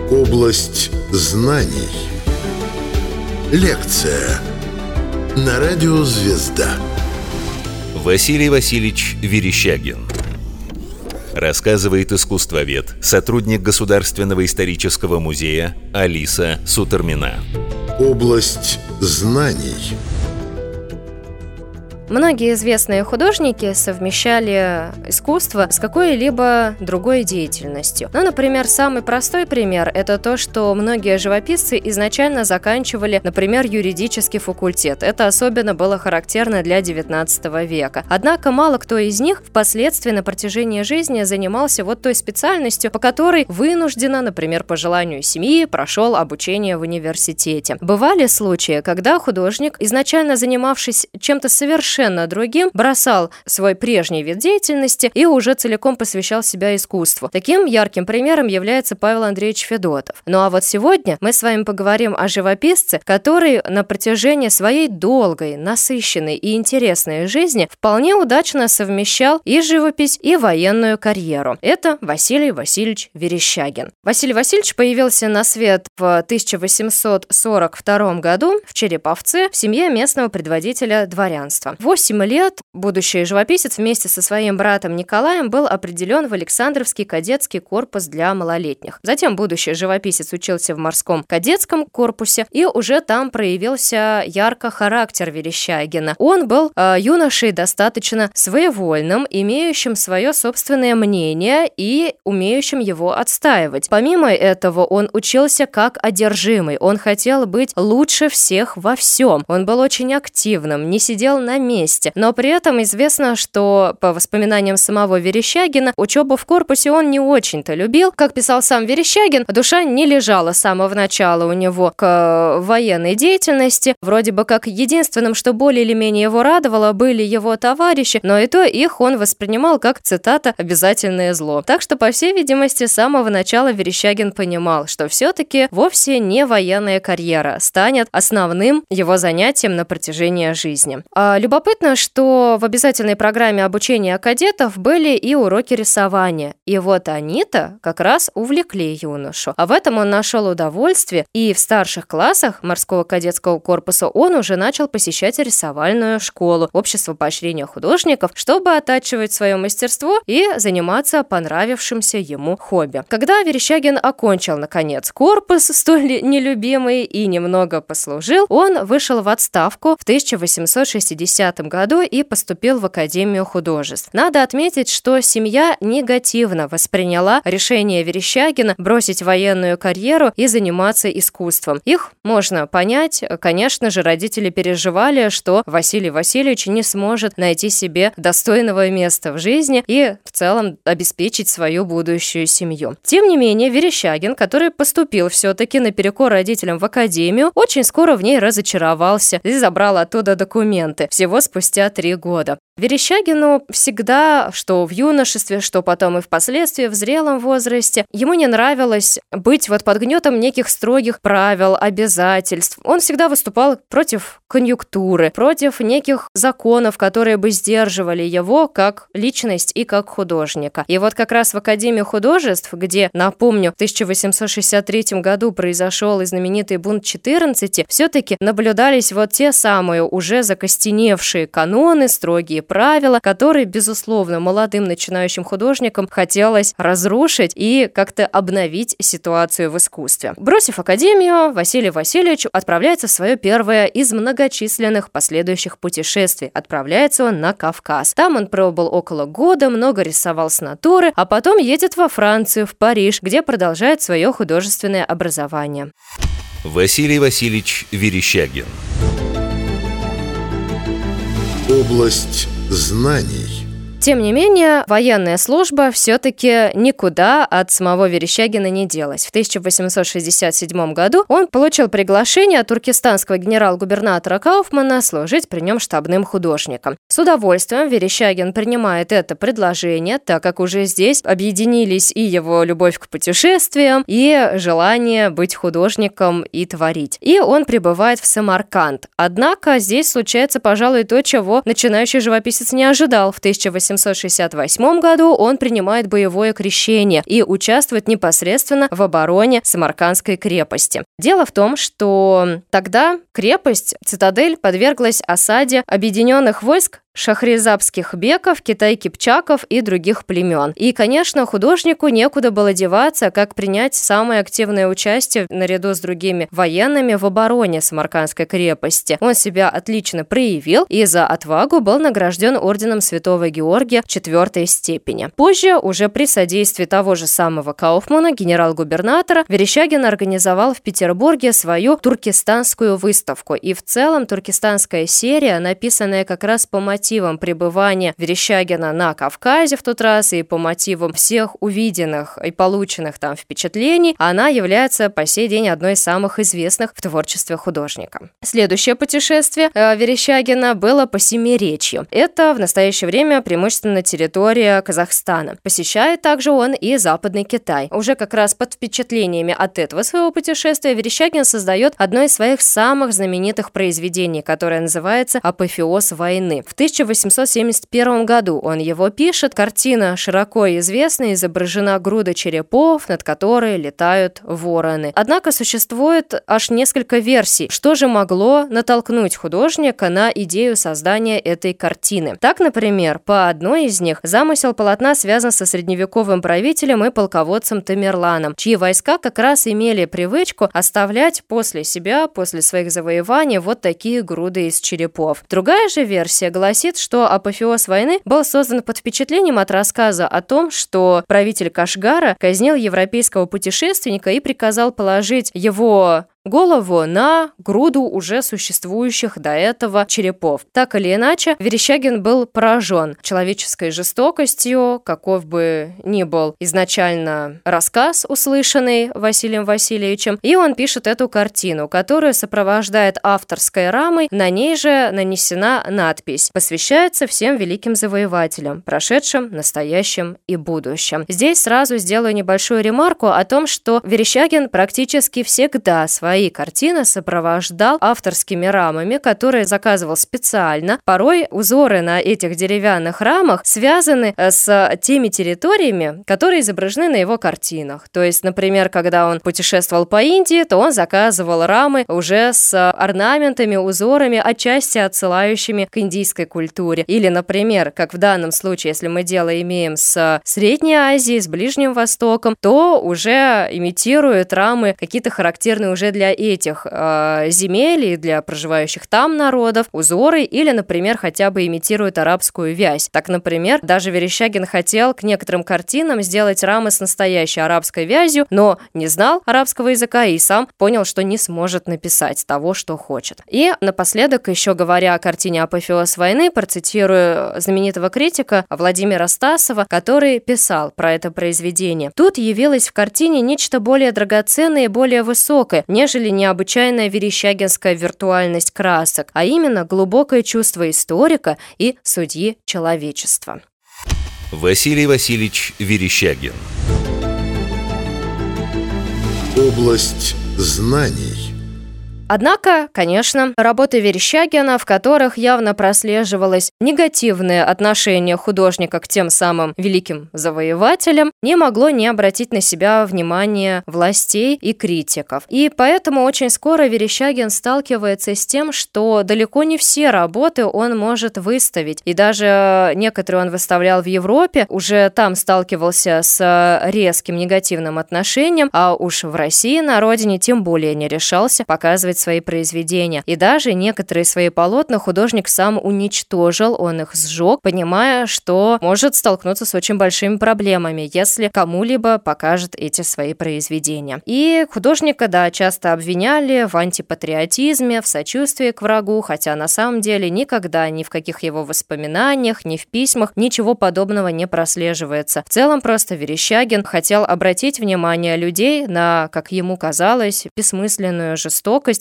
Область знаний. Лекция на радио «Звезда». Василий Васильевич Верещагин. Рассказывает искусствовед, сотрудник Государственного исторического музея Алиса Сутормина. Область знаний. Многие известные художники совмещали искусство с какой-либо другой деятельностью. Например, самый простой пример – это то, что многие живописцы изначально заканчивали, например, юридический факультет. Это особенно было характерно для XIX века. Однако мало кто из них впоследствии на протяжении жизни занимался вот той специальностью, по которой вынужденно, например, по желанию семьи, прошел обучение в университете. Бывали случаи, когда художник, изначально занимавшись чем-то совершенно другим, бросал свой прежний вид деятельности и уже целиком посвящал себя искусству. Таким ярким примером является Павел Андреевич Федотов. А вот сегодня мы с вами поговорим о живописце, который на протяжении своей долгой, насыщенной и интересной жизни вполне удачно совмещал и живопись, и военную карьеру. Это Василий Васильевич Верещагин. Василий Васильевич появился на свет в 1842 году в Череповце в семье местного предводителя дворянства. В 8 лет будущий живописец вместе со своим братом Николаем был определен в Александровский кадетский корпус для малолетних. Затем будущий живописец учился в морском кадетском корпусе, и уже там проявился ярко характер Верещагина. Он был юношей достаточно своевольным, имеющим свое собственное мнение и умеющим его отстаивать. Помимо этого, он учился как одержимый. Он хотел быть лучше всех во всем. Он был очень активным, не сидел на месте. Но при этом известно, что по воспоминаниям самого Верещагина, учебу в корпусе он не очень-то любил. Как писал сам Верещагин, душа не лежала с самого начала у него к военной деятельности. Вроде бы как единственным, что более или менее его радовало, были его товарищи, но и то их он воспринимал как, цитата, «обязательное зло». Так что, по всей видимости, с самого начала Верещагин понимал, что все-таки вовсе не военная карьера станет основным его занятием на протяжении жизни. Любопытно, что в обязательной программе обучения кадетов были и уроки рисования. И вот они-то как раз увлекли юношу. А в этом он нашел удовольствие, и в старших классах морского кадетского корпуса он уже начал посещать рисовальную школу, общество поощрения художников, чтобы оттачивать свое мастерство и заниматься понравившимся ему хобби. Когда Верещагин окончил, наконец, корпус, столь нелюбимый, и немного послужил, он вышел в отставку в 1860 году и поступил в Академию художеств. Надо отметить, что семья негативно восприняла решение Верещагина бросить военную карьеру и заниматься искусством. Их можно понять. Конечно же, родители переживали, что Василий Васильевич не сможет найти себе достойного места в жизни и в целом обеспечить свою будущую семью. Тем не менее, Верещагин, который поступил все-таки наперекор родителям в Академию, очень скоро в ней разочаровался и забрал оттуда документы. Всего спустя 3 года. Верещагину всегда, что в юношестве, что потом и впоследствии в зрелом возрасте, ему не нравилось быть вот под гнетом неких строгих правил, обязательств. Он всегда выступал против конъюнктуры, против неких законов, которые бы сдерживали его как личность и как художника. И вот как раз в Академии художеств, где, напомню, в 1863 году произошел и знаменитый бунт 14, все-таки наблюдались вот те самые уже закостеневшие каноны, строгие правила, которые, безусловно, молодым начинающим художникам хотелось разрушить и как-то обновить ситуацию в искусстве. Бросив Академию, Василий Васильевич отправляется в свое первое из многочисленных последующих путешествий. Отправляется он на Кавказ. Там он пробыл около года, много рисовал с натуры, а потом едет во Францию, в Париж, где продолжает свое художественное образование. Василий Васильевич Верещагин. Область знаний. Тем не менее, военная служба все-таки никуда от самого Верещагина не делась. В 1867 году он получил приглашение от туркестанского генерал-губернатора Кауфмана служить при нем штабным художником. С удовольствием Верещагин принимает это предложение, так как уже здесь объединились и его любовь к путешествиям, и желание быть художником и творить. И он прибывает в Самарканд. Однако здесь случается, пожалуй, то, чего начинающий живописец не ожидал. В 1868 1768 году он принимает боевое крещение и участвует непосредственно в обороне Самаркандской крепости. Дело в том, что тогда крепость, цитадель, подверглась осаде объединенных войск шахрезабских беков, китай-кипчаков и других племен. И, конечно, художнику некуда было деваться, как принять самое активное участие наряду с другими военными в обороне Самаркандской крепости. Он себя отлично проявил и за отвагу был награжден орденом Святого Георгия 4 степени. Позже, уже при содействии того же самого Кауфмана, генерал-губернатора, Верещагин организовал в Петербурге свою туркестанскую выставку. И в целом туркестанская серия, написанная как раз по мотивам пребывания Верещагина на Кавказе в тот раз и по мотивам всех увиденных и полученных там впечатлений, она является по сей день одной из самых известных в творчестве художника. Следующее путешествие Верещагина было по Семиречью. Это в настоящее время преимущественно территория Казахстана. Посещает также он и Западный Китай. Уже как раз под впечатлениями от этого своего путешествия Верещагин создает одно из своих самых знаменитых произведений, которое называется «Апофеоз войны». В 1871 году он его пишет. Картина широко известна, изображена груда черепов, над которой летают вороны. Однако существует аж несколько версий, что же могло натолкнуть художника на идею создания этой картины. Так, например, по одной из них замысел полотна связан со средневековым правителем и полководцем Тамерланом, чьи войска как раз имели привычку оставлять после себя, после своих завоеваний, вот такие груды из черепов. Другая же версия гласит, что «Апофеоз войны» был создан под впечатлением от рассказа о том, что правитель Кашгара казнил европейского путешественника и приказал положить его голову на груду уже существующих до этого черепов. Так или иначе, Верещагин был поражен человеческой жестокостью, каков бы ни был изначально рассказ, услышанный Василием Васильевичем, и он пишет эту картину, которую сопровождает авторской рамой, на ней же нанесена надпись «Посвящается всем великим завоевателям, прошедшим, настоящим и будущим». Здесь сразу сделаю небольшую ремарку о том, что Верещагин практически всегда свои картины сопровождал авторскими рамами, которые заказывал специально. Порой узоры на этих деревянных рамах связаны с теми территориями, которые изображены на его картинах. То есть, например, когда он путешествовал по Индии, то он заказывал рамы уже с орнаментами, узорами, отчасти отсылающими к индийской культуре. Или, например, как в данном случае, если мы дело имеем с Средней Азией, с Ближним Востоком, то уже имитируют рамы какие-то характерные уже для этих земель и для проживающих там народов узоры, или, например, хотя бы имитируют арабскую вязь. Так, например, даже Верещагин хотел к некоторым картинам сделать рамы с настоящей арабской вязью, но не знал арабского языка и сам понял, что не сможет написать того, что хочет. И напоследок, еще говоря о картине «Апофеоз войны», процитирую знаменитого критика Владимира Стасова, который писал про это произведение. «Тут явилось в картине нечто более драгоценное и более высокое, нежели необычайная верещагинская виртуальность красок, а именно глубокое чувство историка и судьи человечества». Василий Васильевич Верещагин. Область знаний. Однако, конечно, работы Верещагина, в которых явно прослеживалось негативное отношение художника к тем самым великим завоевателям, не могло не обратить на себя внимание властей и критиков. И поэтому очень скоро Верещагин сталкивается с тем, что далеко не все работы он может выставить. И даже некоторые он выставлял в Европе, уже там сталкивался с резким негативным отношением, а уж в России, на родине, тем более не решался показывать свои произведения. И даже некоторые свои полотна художник сам уничтожил, он их сжег, понимая, что может столкнуться с очень большими проблемами, если кому-либо покажет эти свои произведения. И художника, да, часто обвиняли в антипатриотизме, в сочувствии к врагу, хотя на самом деле никогда ни в каких его воспоминаниях, ни в письмах ничего подобного не прослеживается. В целом просто Верещагин хотел обратить внимание людей на, как ему казалось, бессмысленную жестокость,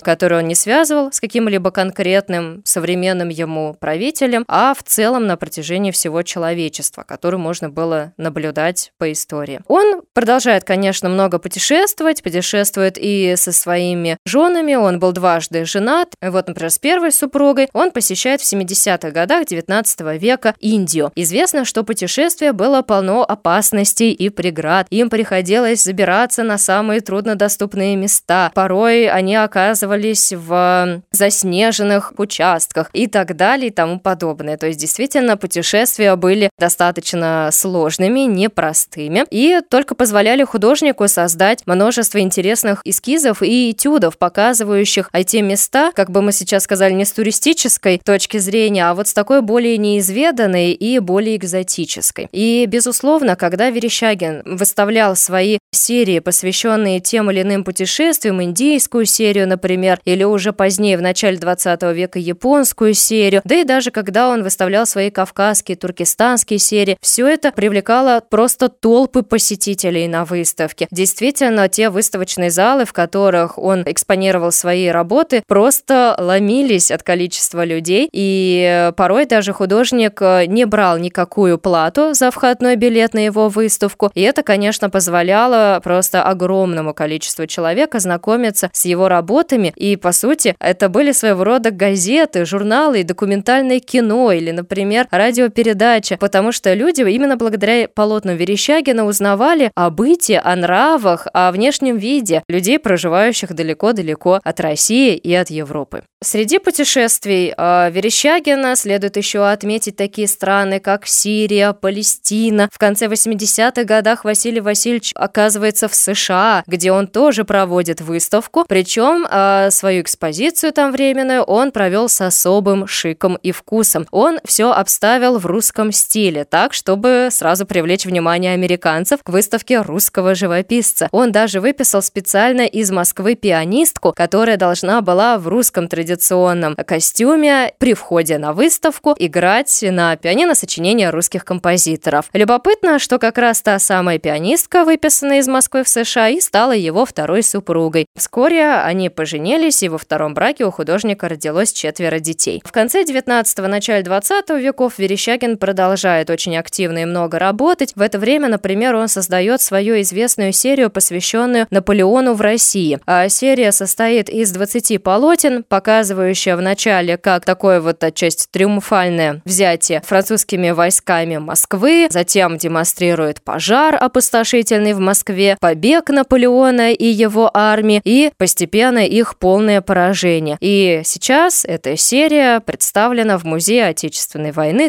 которые он не связывал с каким-либо конкретным современным ему правителем, а в целом на протяжении всего человечества, который можно было наблюдать по истории. Он продолжает, конечно, много путешествовать, путешествует и со своими женами, он был дважды женат. Вот, например, с первой супругой он посещает в 70-х годах 19 века Индию. Известно, что путешествие было полно опасностей и преград. Им приходилось забираться на самые труднодоступные места. Порой они оказывались в заснеженных участках и так далее и тому подобное. То есть, действительно, путешествия были достаточно сложными, непростыми и только позволяли художнику создать множество интересных эскизов и этюдов, показывающих эти места, как бы мы сейчас сказали, не с туристической точки зрения, а вот с такой более неизведанной и более экзотической. И, безусловно, когда Верещагин выставлял свои серии, посвященные тем или иным путешествиям, индийскую серию, например, или уже позднее, в начале 20 века, японскую серию, да и даже когда он выставлял свои кавказские, туркестанские серии, все это привлекало просто толпы посетителей на выставке. Действительно, те выставочные залы, в которых он экспонировал свои работы, просто ломились от количества людей, и порой даже художник не брал никакую плату за входной билет на его выставку, и это, конечно, позволяло просто огромному количеству человек ознакомиться с его работами, и, по сути, это были своего рода газеты, журналы и документальное кино, или, например, радиопередача, потому что люди именно благодаря полотнам Верещагина узнавали о быте, о нравах, о внешнем виде людей, проживающих далеко-далеко от России и от Европы. Среди путешествий Верещагина следует еще отметить такие страны, как Сирия, Палестина. В конце 80-х годах Василий Васильевич оказывается в США, где он тоже проводит выставку, причем свою экспозицию там временную он провел с особым шиком и вкусом. Он все обставил в русском стиле, так, чтобы сразу привлечь внимание американцев к выставке русского живописца. Он даже выписал специально из Москвы пианистку, которая должна была в русском традиционном костюме при входе на выставку играть на пианино сочинения русских композиторов. Любопытно, что как раз та самая пианистка, выписанная из Москвы в США, и стала его второй супругой. Вскоре они поженились, и во втором браке у художника родилось 4 детей. В конце 19-го, начале 20 веков Верещагин продолжает очень активно и много работать. В это время, например, он создает свою известную серию, посвященную Наполеону в России. Серия состоит из 20 полотен, показывающая в начале как такое вот отчасти триумфальное взятие французскими войсками Москвы, затем демонстрирует пожар опустошительный в Москве, побег Наполеона и его армии и постепенно их полное поражение. И сейчас эта серия представлена в Музее Отечественной войны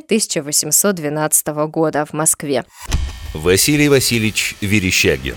1812 года в Москве. Василий Васильевич Верещагин.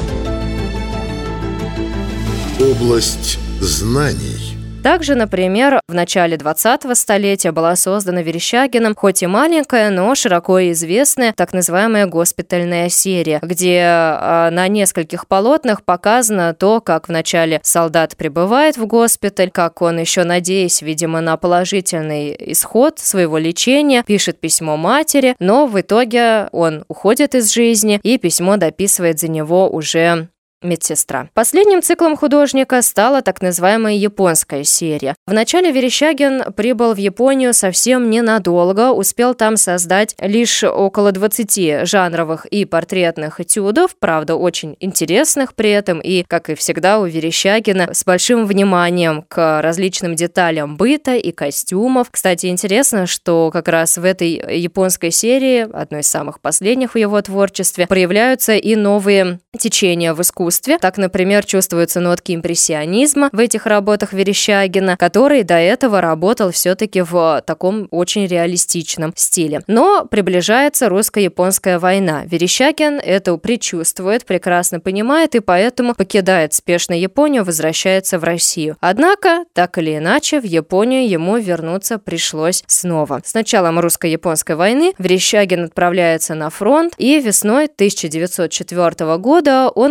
Область знаний. Также, например, в начале 20-го столетия была создана Верещагиным, хоть и маленькая, но широко известная так называемая госпитальная серия, где на нескольких полотнах показано то, как вначале солдат прибывает в госпиталь, как он еще, надеясь, видимо, на положительный исход своего лечения, пишет письмо матери, но в итоге он уходит из жизни, и письмо дописывает за него уже медсестра. Последним циклом художника стала так называемая японская серия. Вначале Верещагин прибыл в Японию совсем ненадолго, успел там создать лишь около 20 жанровых и портретных этюдов, правда, очень интересных при этом, и, как и всегда у Верещагина, с большим вниманием к различным деталям быта и костюмов. Кстати, интересно, что как раз в этой японской серии, одной из самых последних в его творчестве, проявляются и новые течения в искусстве. Так, например, чувствуются нотки импрессионизма в этих работах Верещагина, который до этого работал все-таки в таком очень реалистичном стиле. Но приближается русско-японская война. Верещагин это предчувствует, прекрасно понимает и поэтому покидает спешно Японию, возвращается в Россию. Однако, так или иначе, в Японию ему вернуться пришлось снова. С началом русско-японской войны Верещагин отправляется на фронт, и весной 1904 года он как раз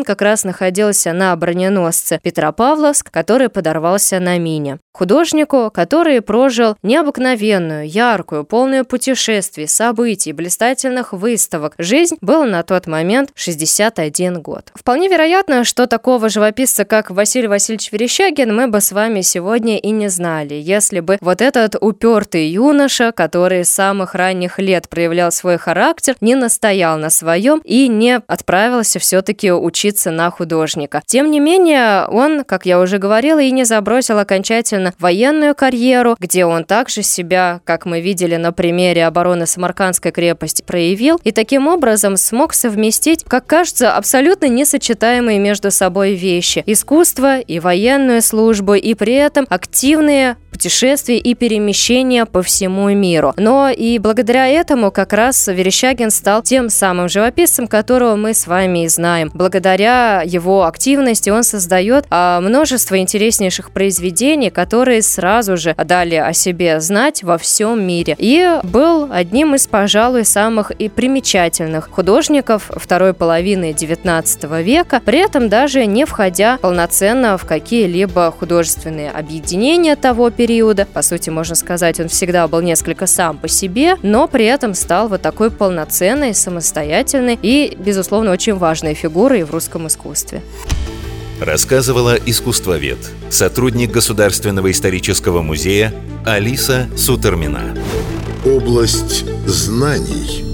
находился на броненосце Петропавловск, который подорвался на мине. Художнику, который прожил необыкновенную, яркую, полную путешествий, событий, блистательных выставок, жизнь, было на тот момент 61 год. Вполне вероятно, что такого живописца, как Василий Васильевич Верещагин, мы бы с вами сегодня и не знали, если бы вот этот упертый юноша, который с самых ранних лет проявлял свой характер, не настоял на своем и не отправился все-таки учиться на художника. Тем не менее, он, как я уже говорила, и не забросил окончательно военную карьеру, где он также себя, как мы видели на примере обороны Самаркандской крепости, проявил и таким образом смог совместить, как кажется, абсолютно несочетаемые между собой вещи: искусство и военную службу, и при этом активные путешествия и перемещения по всему миру. Но и благодаря этому как раз Верещагин стал тем самым живописцем, которого мы с вами и знаем. Благодаря его активности он создает множество интереснейших произведений, которые сразу же дали о себе знать во всем мире. И был одним из, пожалуй, самых и примечательных художников второй половины XIX века, при этом даже не входя полноценно в какие-либо художественные объединения того периода. По сути, можно сказать, он всегда был несколько сам по себе, но при этом стал вот такой полноценной, самостоятельной и, безусловно, очень важной фигурой в русском искусстве. Рассказывала искусствовед, сотрудник Государственного исторического музея Алиса Сутормина. Область знаний.